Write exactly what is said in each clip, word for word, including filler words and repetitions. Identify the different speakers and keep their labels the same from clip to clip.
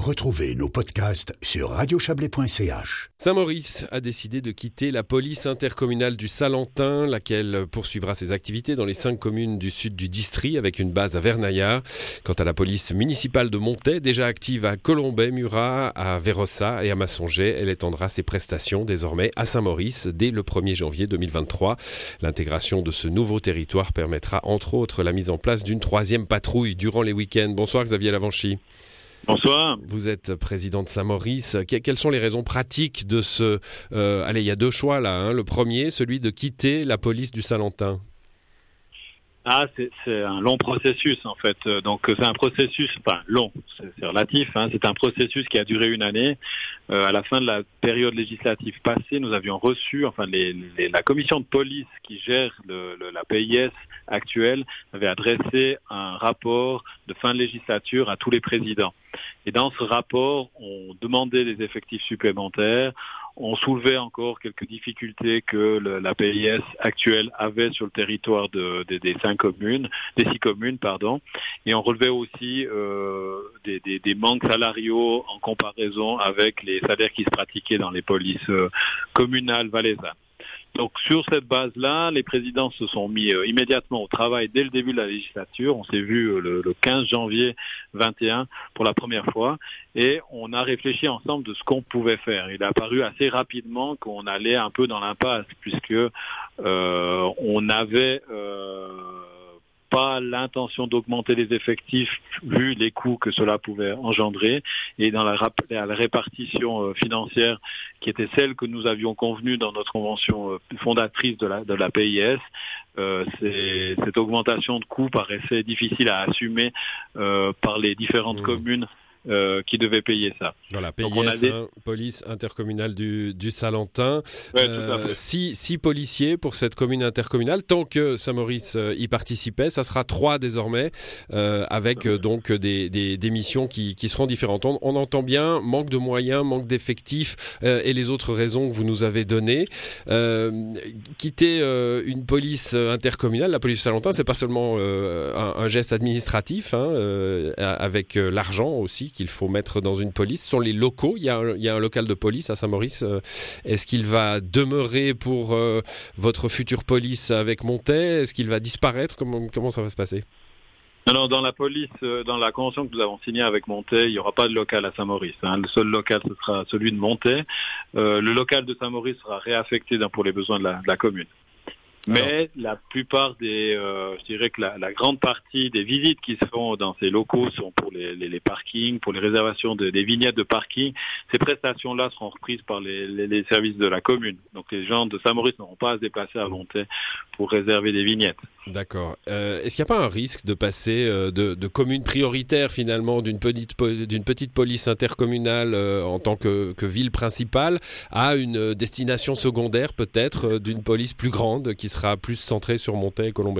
Speaker 1: Retrouvez nos podcasts sur radio chablais point c h.
Speaker 2: Saint-Maurice a décidé de quitter la police intercommunale du Salentin, laquelle poursuivra ses activités dans les cinq communes du sud du district avec une base à Vernaillard. Quant à la police municipale de Montaix, déjà active à Colombey, Murat, à Vérossa et à Massonger, elle étendra ses prestations désormais à Saint-Maurice dès le premier janvier deux mille vingt-trois. L'intégration de ce nouveau territoire permettra entre autres la mise en place d'une troisième patrouille durant les week-ends. Bonsoir Xavier Lavanchy.
Speaker 3: Bonsoir.
Speaker 2: Vous êtes président de Saint-Maurice. Que- quelles sont les raisons pratiques de ce... Euh, allez, il y a deux choix là. Hein. Le premier, celui de quitter la police du Salentin.
Speaker 3: Ah, c'est, c'est un long processus en fait. Euh, Donc c'est un processus, enfin long, c'est, c'est relatif. Hein. C'est un processus qui a duré une année. Euh, à la fin de la période législative passée, nous avions reçu, enfin les, les, la commission de police qui gère le, le, la P I S actuelle avait adressé un rapport de fin de législature à tous les présidents. Et dans ce rapport, on demandait des effectifs supplémentaires. On soulevait encore quelques difficultés que le, la P I S actuelle avait sur le territoire de, de, des cinq communes, des six communes, pardon, et on relevait aussi euh, des, des, des manques salariaux en comparaison avec les salaires qui se pratiquaient dans les polices euh, communales valaisannes. Donc sur cette base-là, les présidents se sont mis euh, immédiatement au travail dès le début de la législature. On s'est vu euh, le, le quinze janvier vingt et un pour la première fois et on a réfléchi ensemble de ce qu'on pouvait faire. Il a apparu assez rapidement qu'on allait un peu dans l'impasse puisque euh, on avait euh, pas l'intention d'augmenter les effectifs vu les coûts que cela pouvait engendrer et dans la, rap- la répartition euh, financière qui était celle que nous avions convenue dans notre convention euh, fondatrice de la, de la P I S, euh, c'est, cette augmentation de coûts paraissait difficile à assumer euh, par les différentes mmh. communes Euh, qui devait payer ça.
Speaker 2: Voilà, P I S, des... hein, police intercommunale du, du Salentin.
Speaker 3: Ouais,
Speaker 2: euh, six, six policiers pour cette commune intercommunale. Tant que Saint-Maurice euh, y participait, ça sera trois désormais, euh, avec euh, donc des, des, des missions qui, qui seront différentes. On, on entend bien manque de moyens, manque d'effectifs euh, et les autres raisons que vous nous avez données. Euh, quitter euh, une police intercommunale, la police du Salentin, c'est pas seulement euh, un, un geste administratif, hein, euh, avec euh, l'argent aussi qu'il faut mettre dans une police. Ce sont les locaux. Il y a un, il y a un local de police à Saint-Maurice. Est-ce qu'il va demeurer pour euh, votre future police avec Montaix ? Est-ce qu'il va disparaître ? Comment, comment ça va se passer ?
Speaker 3: Non, non, dans la police, dans la convention que nous avons signée avec Montaix, il n'y aura pas de local à Saint-Maurice. Hein. Le seul local, ce sera celui de Montaix. Euh, le local de Saint-Maurice sera réaffecté pour les besoins de la, de la commune. Mais Alors. la plupart des, euh, je dirais que la, la grande partie des visites qui se font dans ces locaux sont pour les, les, les parkings, pour les réservations de, des vignettes de parking. Ces prestations-là seront reprises par les, les, les services de la commune. Donc les gens de Saint-Maurice n'auront pas à se déplacer à Montaix pour réserver des vignettes.
Speaker 2: D'accord. Euh, est-ce qu'il n'y a pas un risque de passer euh, de, de commune prioritaire finalement d'une petite, d'une petite police intercommunale euh, en tant que, que ville principale à une destination secondaire peut-être euh, d'une police plus grande qui sera plus centrée sur Montaix et Colombey-Murat ?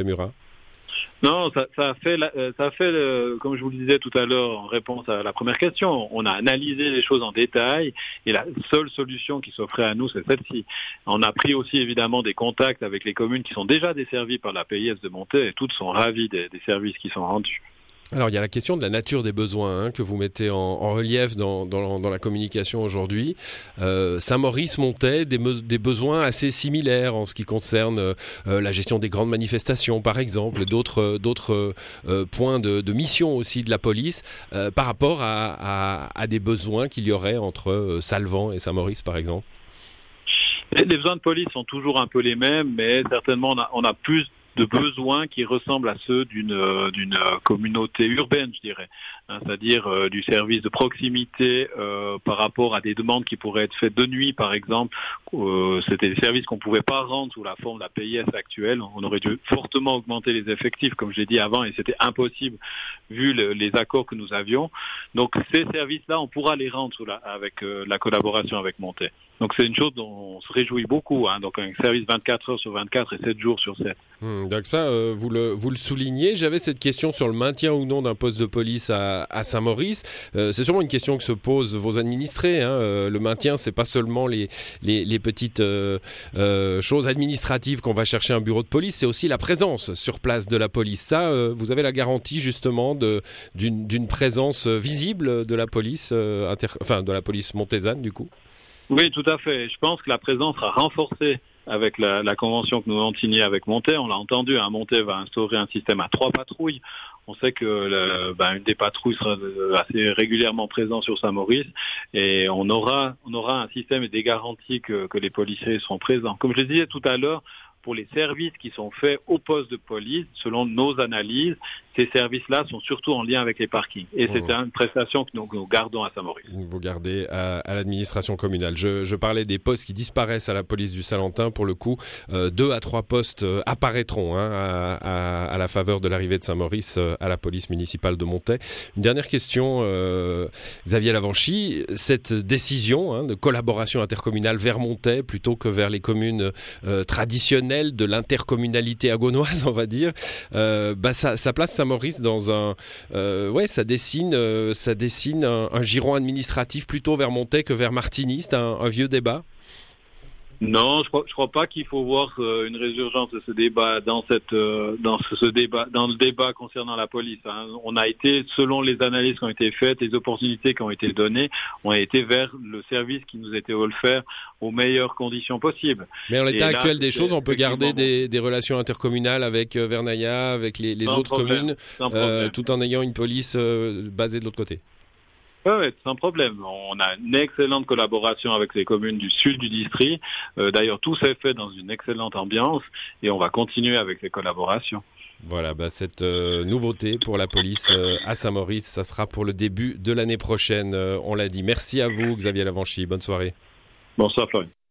Speaker 3: Non, ça, ça a fait, ça a fait le, comme je vous le disais tout à l'heure en réponse à la première question, on a analysé les choses en détail et la seule solution qui s'offrait à nous, c'est celle-ci. On a pris aussi évidemment des contacts avec les communes qui sont déjà desservies par la P I S de Montaix et toutes sont ravies des, des services qui sont rendus.
Speaker 2: Alors, il y a la question de la nature des besoins hein, que vous mettez en, en relief dans, dans, dans la communication aujourd'hui. Euh, Saint-Maurice, Montaix, des, me, des besoins assez similaires en ce qui concerne euh, la gestion des grandes manifestations, par exemple, et d'autres, d'autres euh, points de, de mission aussi de la police euh, par rapport à, à, à des besoins qu'il y aurait entre euh, Salvan et Saint-Maurice, par exemple.
Speaker 3: Les besoins de police sont toujours un peu les mêmes, mais certainement on a, on a plus de besoins qui ressemblent à ceux d'une, euh, d'une euh, communauté urbaine, je dirais. Hein, c'est-à-dire euh, du service de proximité euh, par rapport à des demandes qui pourraient être faites de nuit, par exemple. Euh, c'était des services qu'on ne pouvait pas rendre sous la forme de la P I S actuelle. On aurait dû fortement augmenter les effectifs, comme je l'ai dit avant, et c'était impossible vu le, les accords que nous avions. Donc ces services-là, on pourra les rendre sous la, avec euh, la collaboration avec Montaix. Donc c'est une chose dont on se réjouit beaucoup, hein. Donc un service vingt-quatre heures sur vingt-quatre et sept jours sur sept.
Speaker 2: Mmh, Donc ça, euh, vous, le, vous le soulignez. J'avais cette question sur le maintien ou non d'un poste de police à, à Saint-Maurice. Euh, c'est sûrement une question que se posent vos administrés. Hein. Euh, le maintien, c'est pas seulement les, les, les petites euh, euh, choses administratives qu'on va chercher un bureau de police, c'est aussi la présence sur place de la police. Ça, euh, vous avez la garantie justement de, d'une, d'une présence visible de la police, euh, inter... enfin de la police montésane du coup.
Speaker 3: Oui, tout à fait. Je pense que la présence sera renforcée avec la, la convention que nous avons signée avec Montet. On l'a entendu, hein, Montet va instaurer un système à trois patrouilles. On sait que le, ben, une des patrouilles sera assez régulièrement présente sur Saint-Maurice et on aura, on aura un système et des garanties que, que les policiers seront présents. Comme je le disais tout à l'heure, pour les services qui sont faits au poste de police, selon nos analyses, ces services-là sont surtout en lien avec les parkings. Et c'est une prestation que nous, nous gardons à Saint-Maurice.
Speaker 2: Vous gardez à, à l'administration communale. Je, je parlais des postes qui disparaissent à la police du Salentin. Pour le coup, euh, deux à trois postes euh, apparaîtront hein, à, à, à la faveur de l'arrivée de Saint-Maurice euh, à la police municipale de Montet. Une dernière question, euh, Xavier Lavanchy. Cette décision hein, de collaboration intercommunale vers Montet plutôt que vers les communes euh, traditionnelles de l'intercommunalité agonoise, on va dire, euh, bah ça, ça place Saint-Maurice dans un... Euh, ouais, ça dessine, euh, ça dessine un, un giron administratif plutôt vers Montet que vers Martigny. C'est un, un vieux débat.
Speaker 3: Non, je crois, je crois pas qu'il faut voir euh, une résurgence de ce débat dans cette, euh, dans ce, ce débat, dans le débat concernant la police. Hein. On a été, selon les analyses qui ont été faites, les opportunités qui ont été données, on a été vers le service qui nous était offert aux meilleures conditions possibles.
Speaker 2: Mais en l'état là, actuel des choses, on peut garder des, des relations intercommunales avec euh, Vernaya, avec les, les autres problème, communes, euh, tout en ayant une police euh, basée de l'autre côté.
Speaker 3: Oui, ouais, sans problème. On a une excellente collaboration avec les communes du sud du district. Euh, d'ailleurs, tout s'est fait dans une excellente ambiance et on va continuer avec les collaborations.
Speaker 2: Voilà, bah cette euh, nouveauté pour la police euh, à Saint-Maurice, ça sera pour le début de l'année prochaine, euh, on l'a dit. Merci à vous, Xavier Lavanchy. Bonne soirée.
Speaker 3: Bonsoir, Florian.